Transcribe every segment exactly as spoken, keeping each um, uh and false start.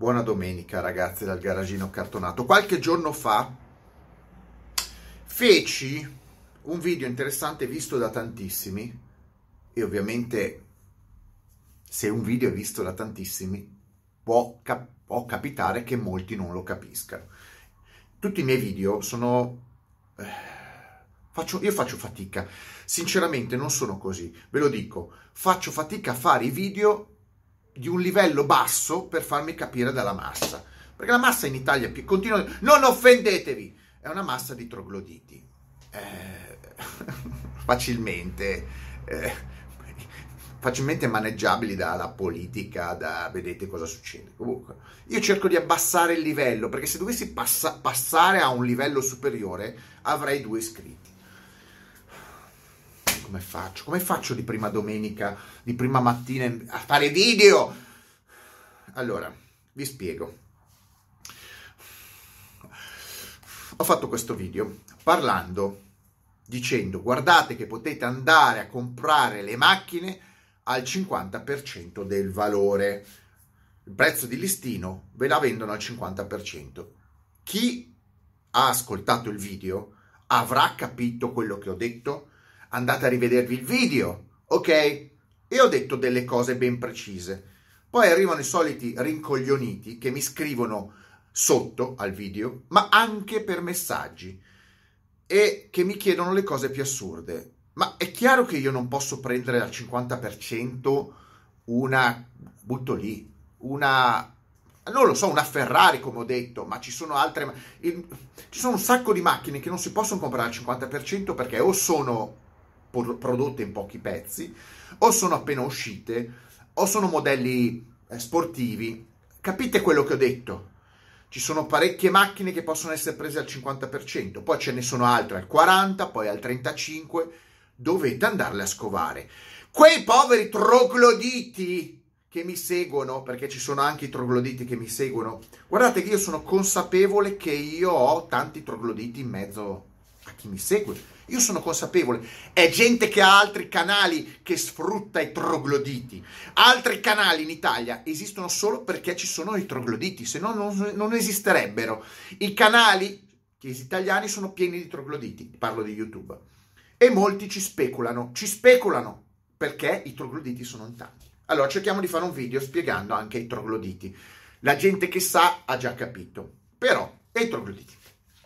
Buona domenica ragazzi dal garagino cartonato. Qualche giorno fa feci un video interessante visto da tantissimi e ovviamente se un video è visto da tantissimi può, cap- può capitare che molti non lo capiscano. Tutti i miei video sono... Eh, faccio, io faccio fatica, sinceramente non sono così, ve lo dico, faccio fatica a fare i video di un livello basso per farmi capire dalla massa, perché la massa in Italia continua, non offendetevi, è una massa di trogloditi, eh, facilmente eh, facilmente maneggiabili dalla politica, da vedete cosa succede. Comunque io cerco di abbassare il livello, perché se dovessi passa, passare a un livello superiore avrei due iscritti. Come faccio? Come faccio di prima domenica, di prima mattina a fare video? Allora, vi spiego. Ho fatto questo video parlando, dicendo guardate che potete andare a comprare le macchine al cinquanta per cento del valore. Il prezzo di listino ve la vendono al cinquanta per cento. Chi ha ascoltato il video avrà capito quello che ho detto? Andate a rivedervi il video, ok? E ho detto delle cose ben precise. Poi arrivano i soliti rincoglioniti che mi scrivono sotto al video, ma anche per messaggi, e che mi chiedono le cose più assurde. Ma è chiaro che io non posso prendere al cinquanta per cento una, butto lì, una... non lo so, una Ferrari come ho detto, ma ci sono altre... Ci sono un sacco di macchine che non si possono comprare al cinquanta per cento perché o sono prodotte in pochi pezzi, o sono appena uscite, o sono modelli eh, sportivi. Capite quello che ho detto? Ci sono parecchie macchine che possono essere prese al cinquanta per cento, poi ce ne sono altre al quaranta per cento, poi al trentacinque per cento, dovete andarle a scovare. Quei poveri trogloditi che mi seguono, perché ci sono anche i trogloditi che mi seguono, guardate che io sono consapevole che io ho tanti trogloditi in mezzo a chi mi segue. Io sono consapevole, è gente che ha altri canali che sfrutta i trogloditi. Altri canali in Italia esistono solo perché ci sono i trogloditi, se no non, non esisterebbero. I canali italiani sono pieni di trogloditi, parlo di YouTube, e molti ci speculano, ci speculano perché i trogloditi sono in tanti. Allora cerchiamo di fare un video spiegando anche i trogloditi. La gente che sa ha già capito, però e i trogloditi.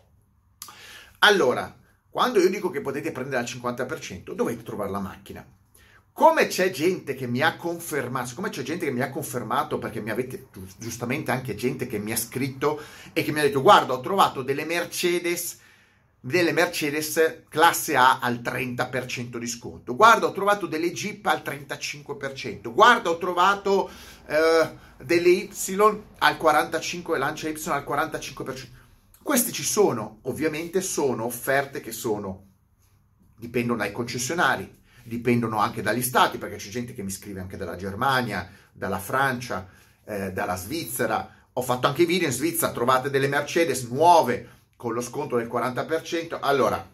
Allora, quando io dico che potete prendere al cinquanta per cento, dovete trovare la macchina. Come c'è gente che mi ha confermato, siccome c'è gente che mi ha confermato, perché mi avete, giustamente anche gente che mi ha scritto e che mi ha detto, guarda, ho trovato delle Mercedes, delle Mercedes classe A al trenta per cento di sconto, guarda, ho trovato delle Jeep al trentacinque per cento, guarda, ho trovato eh, delle Y al quarantacinque per cento, Lancia Y al quarantacinque per cento. Questi ci sono, ovviamente sono offerte che sono, dipendono dai concessionari, dipendono anche dagli stati, perché c'è gente che mi scrive anche dalla Germania, dalla Francia, eh, dalla Svizzera. Ho fatto anche video in Svizzera, trovate delle Mercedes nuove con lo sconto del quaranta per cento. Allora,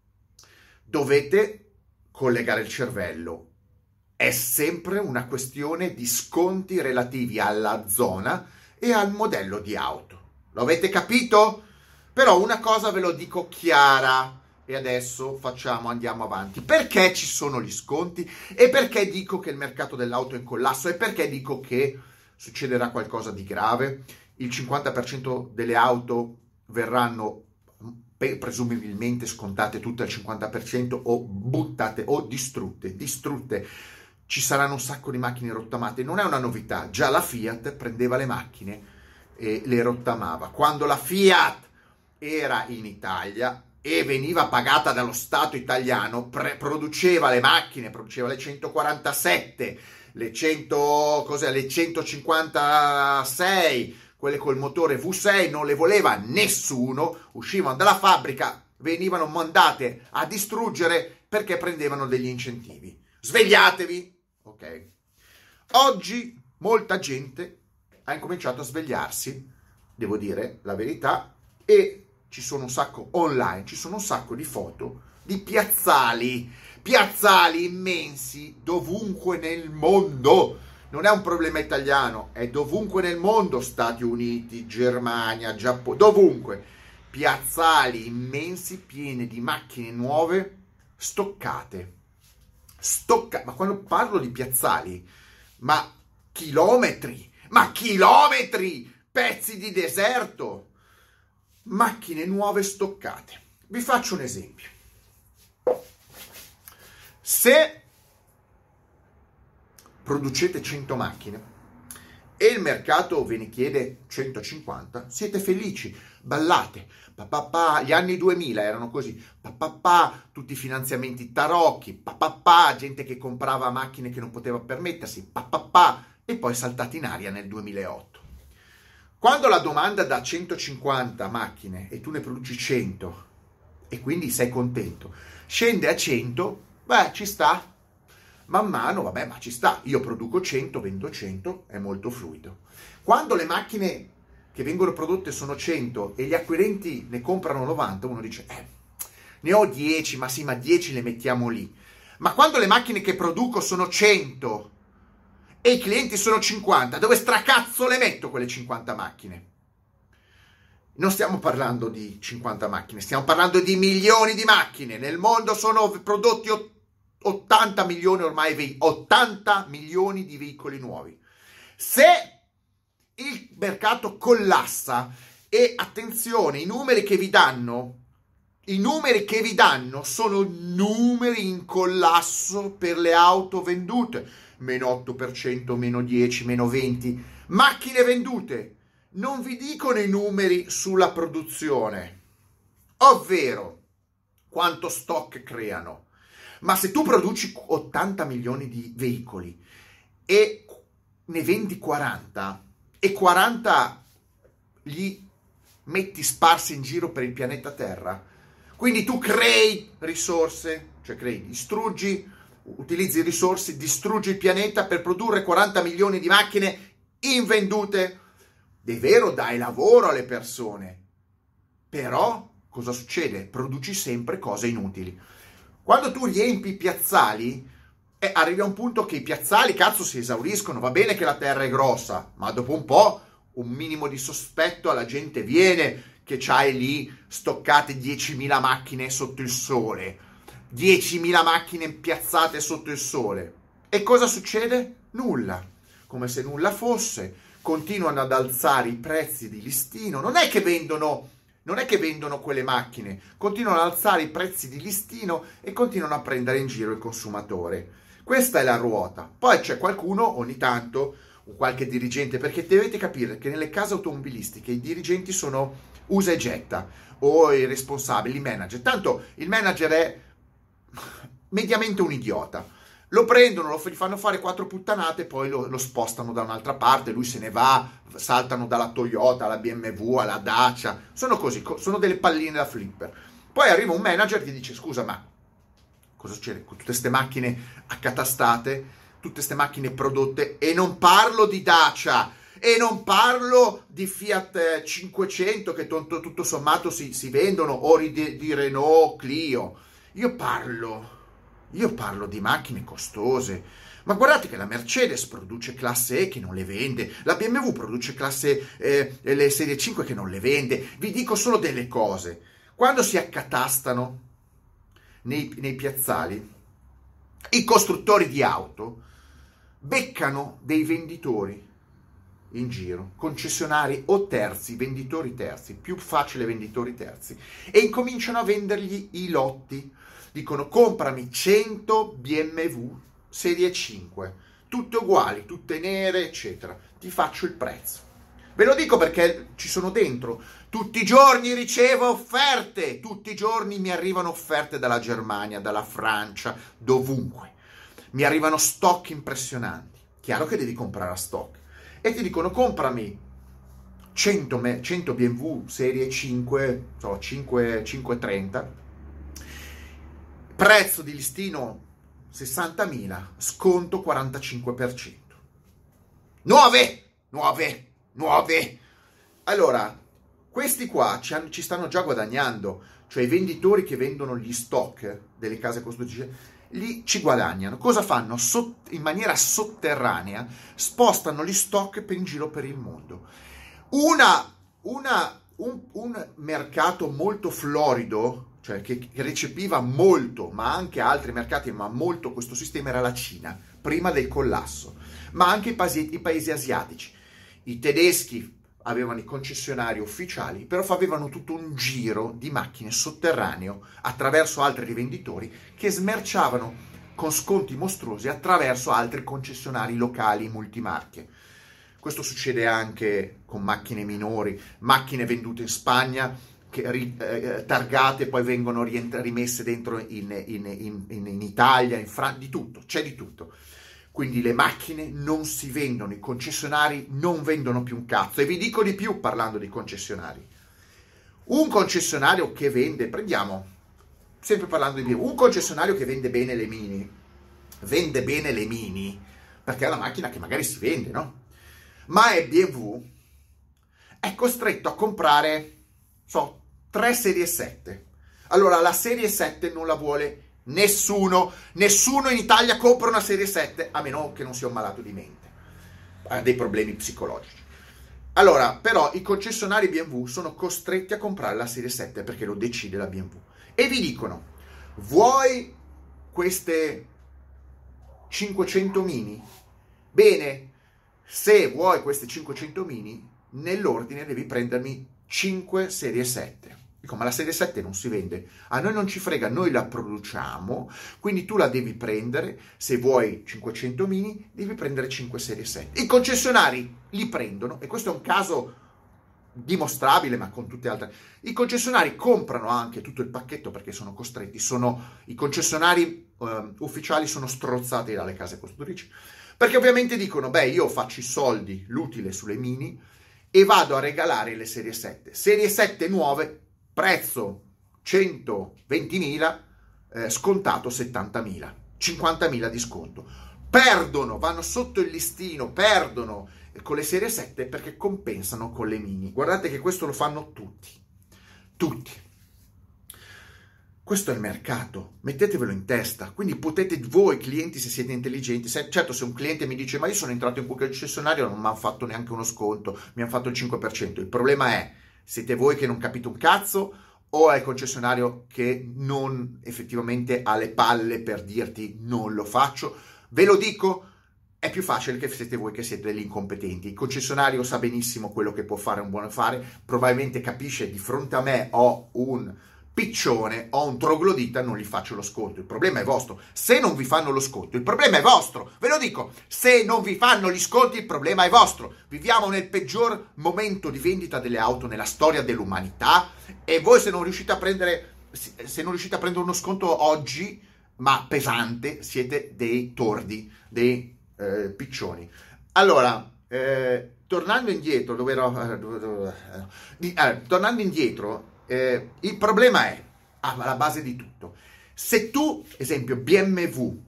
dovete collegare il cervello. È sempre una questione di sconti relativi alla zona e al modello di auto. Lo avete capito? Però una cosa ve lo dico chiara, e adesso facciamo, andiamo avanti. Perché ci sono gli sconti? E perché dico che il mercato dell'auto è in collasso? E perché dico che succederà qualcosa di grave? Il cinquanta per cento delle auto verranno presumibilmente scontate tutte al cinquanta per cento o buttate o distrutte, distrutte. Ci saranno un sacco di macchine rottamate. Non è una novità, già la Fiat prendeva le macchine e le rottamava. Quando la Fiat era in Italia e veniva pagata dallo Stato italiano, pre- produceva le macchine, produceva le centoquarantasette, le cento, cos'è, le centocinquantasei, quelle col motore V sei, non le voleva nessuno, uscivano dalla fabbrica, venivano mandate a distruggere perché prendevano degli incentivi. Svegliatevi! Ok. Oggi molta gente ha incominciato a svegliarsi, devo dire la verità, e ci sono un sacco online, ci sono un sacco di foto di piazzali, piazzali immensi dovunque nel mondo, non è un problema italiano, è dovunque nel mondo, Stati Uniti, Germania, Giappone, dovunque, piazzali immensi pieni di macchine nuove stoccate. Stocca, ma quando parlo di piazzali, ma chilometri, ma chilometri, pezzi di deserto, macchine nuove stoccate. Vi faccio un esempio. Se producete cento macchine e il mercato ve ne chiede centocinquanta, siete felici, ballate, pa, pa, pa. Gli anni duemila erano così, pa, pa, pa. Tutti i finanziamenti tarocchi, pa, pa, pa. Gente che comprava macchine che non poteva permettersi, pa, pa, pa. E poi saltati in aria nel duemilaotto. Quando la domanda da centocinquanta macchine e tu ne produci cento e quindi sei contento, scende a cento, beh, ci sta. Man mano, vabbè, ma ci sta. Io produco cento, vendo cento, è molto fluido. Quando le macchine che vengono prodotte sono cento e gli acquirenti ne comprano novanta, uno dice, eh, ne ho dieci, ma sì, ma dieci le mettiamo lì. Ma quando le macchine che produco sono cento e i clienti sono cinquanta, dove stracazzo le metto quelle cinquanta macchine? Non stiamo parlando di cinquanta macchine, stiamo parlando di milioni di macchine. Nel mondo sono prodotti ottanta milioni ormai, ottanta milioni di veicoli nuovi. Se il mercato collassa, e attenzione, i numeri che vi danno, i numeri che vi danno sono numeri in collasso per le auto vendute, meno otto per cento, meno dieci, meno venti, macchine vendute, non vi dicono i numeri sulla produzione, ovvero quanto stock creano. Ma se tu produci ottanta milioni di veicoli e ne vendi quaranta e quaranta li metti sparsi in giro per il pianeta Terra, quindi tu crei risorse, cioè crei, distruggi, utilizzi risorse, distruggi il pianeta per produrre quaranta milioni di macchine invendute. È vero, dai lavoro alle persone, però cosa succede? Produci sempre cose inutili. Quando tu riempi i piazzali, eh, arrivi a un punto che i piazzali, cazzo, si esauriscono. Va bene che la terra è grossa, ma dopo un po' un minimo di sospetto alla gente viene che c'hai lì stoccate diecimila macchine sotto il sole. diecimila macchine piazzate sotto il sole. E cosa succede? Nulla. Come se nulla fosse. Continuano ad alzare i prezzi di listino. Non è che vendono... Non è che vendono quelle macchine, continuano ad alzare i prezzi di listino e continuano a prendere in giro il consumatore. Questa è la ruota. Poi c'è qualcuno, ogni tanto, qualche dirigente, perché dovete capire che nelle case automobilistiche i dirigenti sono usa e getta, o i responsabili, i manager. Tanto il manager è mediamente un idiota. Lo prendono, lo gli fanno fare quattro puttanate, poi lo, lo spostano da un'altra parte, lui se ne va, saltano dalla Toyota alla B M W, alla Dacia, sono così, sono delle palline da flipper. Poi arriva un manager che dice, scusa, ma cosa succede con tutte queste macchine accatastate, tutte queste macchine prodotte, e non parlo di Dacia, e non parlo di Fiat cinquecento che tutto, tutto sommato si, si vendono, o di, di Renault Clio, io parlo... Io parlo di macchine costose, ma guardate che la Mercedes produce classe E che non le vende, la B M W produce classe eh, le serie cinque che non le vende. Vi dico solo delle cose. Quando si accatastano nei, nei piazzali, i costruttori di auto beccano dei venditori in giro, concessionari o terzi, venditori terzi, più facile venditori terzi, e incominciano a vendergli i lotti. Dicono, comprami cento B M W serie cinque, tutte uguali, tutte nere, eccetera. Ti faccio il prezzo. Ve lo dico perché ci sono dentro. Tutti i giorni ricevo offerte, tutti i giorni mi arrivano offerte dalla Germania, dalla Francia, dovunque. Mi arrivano stock impressionanti. Chiaro che devi comprare a stock. E ti dicono, comprami cento, cento B M W serie cinque, so, cinque, cinquecentotrenta, prezzo di listino sessantamila, sconto quarantacinque per cento. Nuove, nuove, nuove. Allora, questi qua ci, ci stanno già guadagnando, cioè i venditori che vendono gli stock delle case costruttrici lì ci guadagnano. Cosa fanno? Sott- in maniera sotterranea spostano gli stock per in giro per il mondo. Una, una, un, un mercato molto florido, cioè che, che recepiva molto, ma anche altri mercati, ma molto questo sistema, era la Cina, prima del collasso, ma anche i paesi, i paesi asiatici. I tedeschi avevano i concessionari ufficiali, però avevano tutto un giro di macchine sotterraneo attraverso altri rivenditori che smerciavano con sconti mostruosi attraverso altri concessionari locali multimarche. Questo succede anche con macchine minori, macchine vendute in Spagna, che, eh, targate, poi vengono rientra- rimesse dentro in, in, in, in, in Italia, in Francia, di tutto, c'è di tutto. Quindi le macchine non si vendono, i concessionari non vendono più un cazzo. E vi dico di più parlando di concessionari. Un concessionario che vende, prendiamo, sempre parlando di B M W, un concessionario che vende bene le Mini, vende bene le Mini, perché è una macchina che magari si vende, no? Ma è B M W, è costretto a comprare, so, tre serie sette. Allora la serie sette non la vuole nessuno, nessuno in Italia compra una serie sette, a meno che non sia un malato di mente, ha dei problemi psicologici. Allora, però, i concessionari B M W sono costretti a comprare la serie sette perché lo decide la B M W. E vi dicono, vuoi queste cinquecento Mini? Bene, se vuoi queste cinquecento Mini, nell'ordine devi prendermi cinque serie sette. Dico, ma la serie sette non si vende, a noi non ci frega, noi la produciamo, quindi tu la devi prendere, se vuoi cinquecento Mini, devi prendere cinque serie sette. I concessionari li prendono, e questo è un caso dimostrabile, ma con tutte altre. I concessionari comprano anche tutto il pacchetto perché sono costretti, sono i concessionari eh, ufficiali sono strozzati dalle case costruttrici, perché ovviamente dicono, beh, io faccio i soldi, l'utile sulle Mini, e vado a regalare le serie sette. Serie sette nuove, prezzo centoventimila, eh, scontato settantamila, cinquantamila di sconto. Perdono, vanno sotto il listino, perdono con le serie sette perché compensano con le Mini. Guardate che questo lo fanno tutti, tutti. Questo è il mercato, mettetevelo in testa. Quindi potete voi clienti, se siete intelligenti, se, certo se un cliente mi dice ma io sono entrato in quel concessionario, non mi hanno fatto neanche uno sconto, mi hanno fatto il cinque per cento. Il problema è, siete voi che non capite un cazzo o è il concessionario che non effettivamente ha le palle per dirti non lo faccio? Ve lo dico, è più facile che siete voi che siete degli incompetenti. Il concessionario sa benissimo quello che può fare un buon affare, probabilmente capisce di fronte a me ho un piccione, ho un troglodita, non gli faccio lo sconto. Il problema è vostro. Se non vi fanno lo sconto, il problema è vostro. Ve lo dico, se non vi fanno gli sconti, il problema è vostro. Viviamo nel peggior momento di vendita delle auto nella storia dell'umanità e voi se non riuscite a prendere se non riuscite a prendere uno sconto oggi, ma pesante, siete dei tordi, dei eh, piccioni. Allora, eh, tornando indietro, dove ero, eh, dove, dove, eh, eh, tornando indietro, Eh, il problema è, alla base di tutto, se tu, esempio B M W,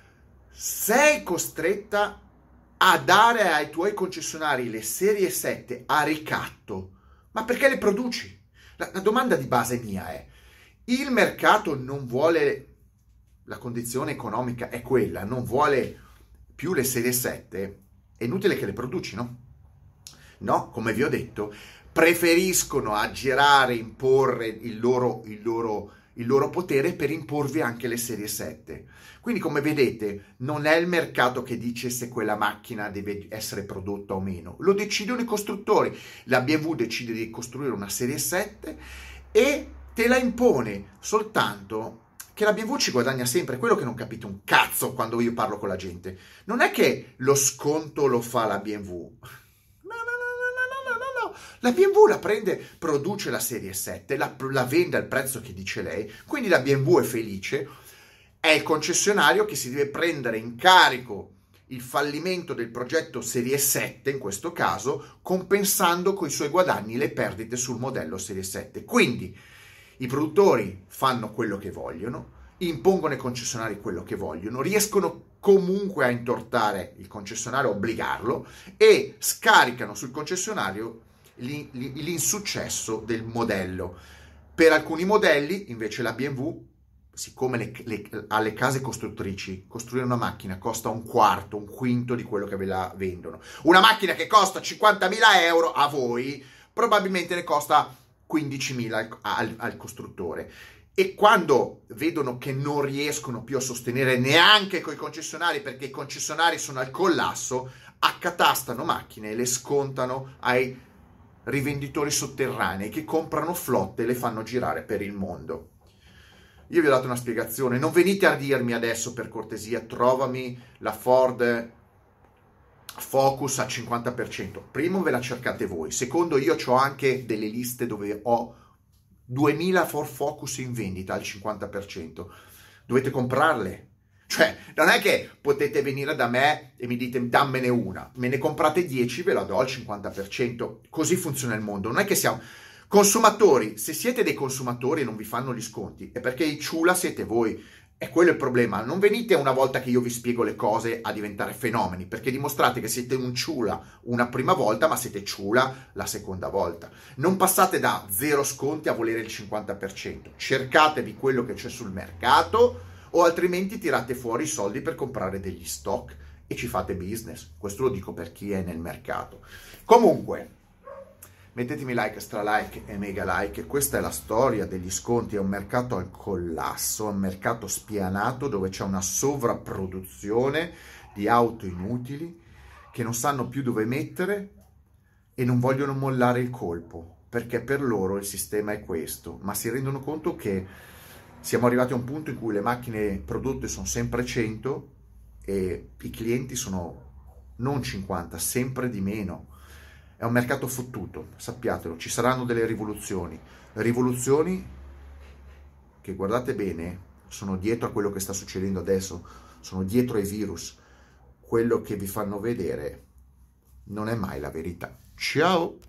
sei costretta a dare ai tuoi concessionari le serie sette a ricatto, ma perché le produci? La, la domanda di base mia è, il mercato non vuole, la condizione economica è quella, non vuole più le serie sette, è inutile che le produci, no? No, come vi ho detto, preferiscono aggirare, imporre il loro, il, loro, il loro potere per imporvi anche le serie sette. Quindi, come vedete, non è il mercato che dice se quella macchina deve essere prodotta o meno, lo decidono i costruttori. La B M W decide di costruire una serie sette e te la impone, soltanto che la B M W ci guadagna sempre. Quello che non capite un cazzo quando io parlo con la gente. Non è che lo sconto lo fa la B M W. La B M W la prende, produce la serie sette, la, la vende al prezzo che dice lei, quindi la B M W è felice, è il concessionario che si deve prendere in carico il fallimento del progetto serie sette, in questo caso, compensando con i suoi guadagni le perdite sul modello serie sette. Quindi i produttori fanno quello che vogliono, impongono ai concessionari quello che vogliono, riescono comunque a intortare il concessionario, obbligarlo, e scaricano sul concessionario l'insuccesso del modello. Per alcuni modelli invece la B M W siccome le, le, alle case costruttrici costruire una macchina costa un quarto, un quinto di quello che ve la vendono. Una macchina che costa cinquantamila euro a voi, probabilmente ne costa quindicimila al, al, al costruttore. E quando vedono che non riescono più a sostenere neanche coi concessionari, perché i concessionari sono al collasso, accatastano macchine e le scontano ai rivenditori sotterranei che comprano flotte e le fanno girare per il mondo. Io vi ho dato una spiegazione, non venite a dirmi adesso per cortesia trovami la Ford Focus al cinquanta per cento. Primo ve la cercate voi, secondo io ho anche delle liste dove ho duemila Ford Focus in vendita al cinquanta per cento. Dovete comprarle. Cioè, non è che potete venire da me e mi dite dammene una, me ne comprate dieci, ve la do al cinquanta per cento. Così funziona il mondo. Non è che siamo consumatori. Se siete dei consumatori e non vi fanno gli sconti, è perché i ciula siete voi. È quello il problema. Non venite una volta che io vi spiego le cose a diventare fenomeni, perché dimostrate che siete un ciula una prima volta, ma siete ciula la seconda volta. Non passate da zero sconti a volere il cinquanta per cento. Cercatevi quello che c'è sul mercato, o altrimenti tirate fuori i soldi per comprare degli stock e ci fate business. Questo lo dico per chi è nel mercato. Comunque, mettetemi like, stra like e mega like. Questa è la storia degli sconti. È un mercato al collasso, è un mercato spianato dove c'è una sovrapproduzione di auto inutili che non sanno più dove mettere e non vogliono mollare il colpo, perché per loro il sistema è questo, ma si rendono conto che siamo arrivati a un punto in cui le macchine prodotte sono sempre cento e i clienti sono non cinquanta, sempre di meno. È un mercato fottuto, sappiatelo. Ci saranno delle rivoluzioni. Rivoluzioni che, guardate bene, sono dietro a quello che sta succedendo adesso, sono dietro ai virus. Quello che vi fanno vedere non è mai la verità. Ciao!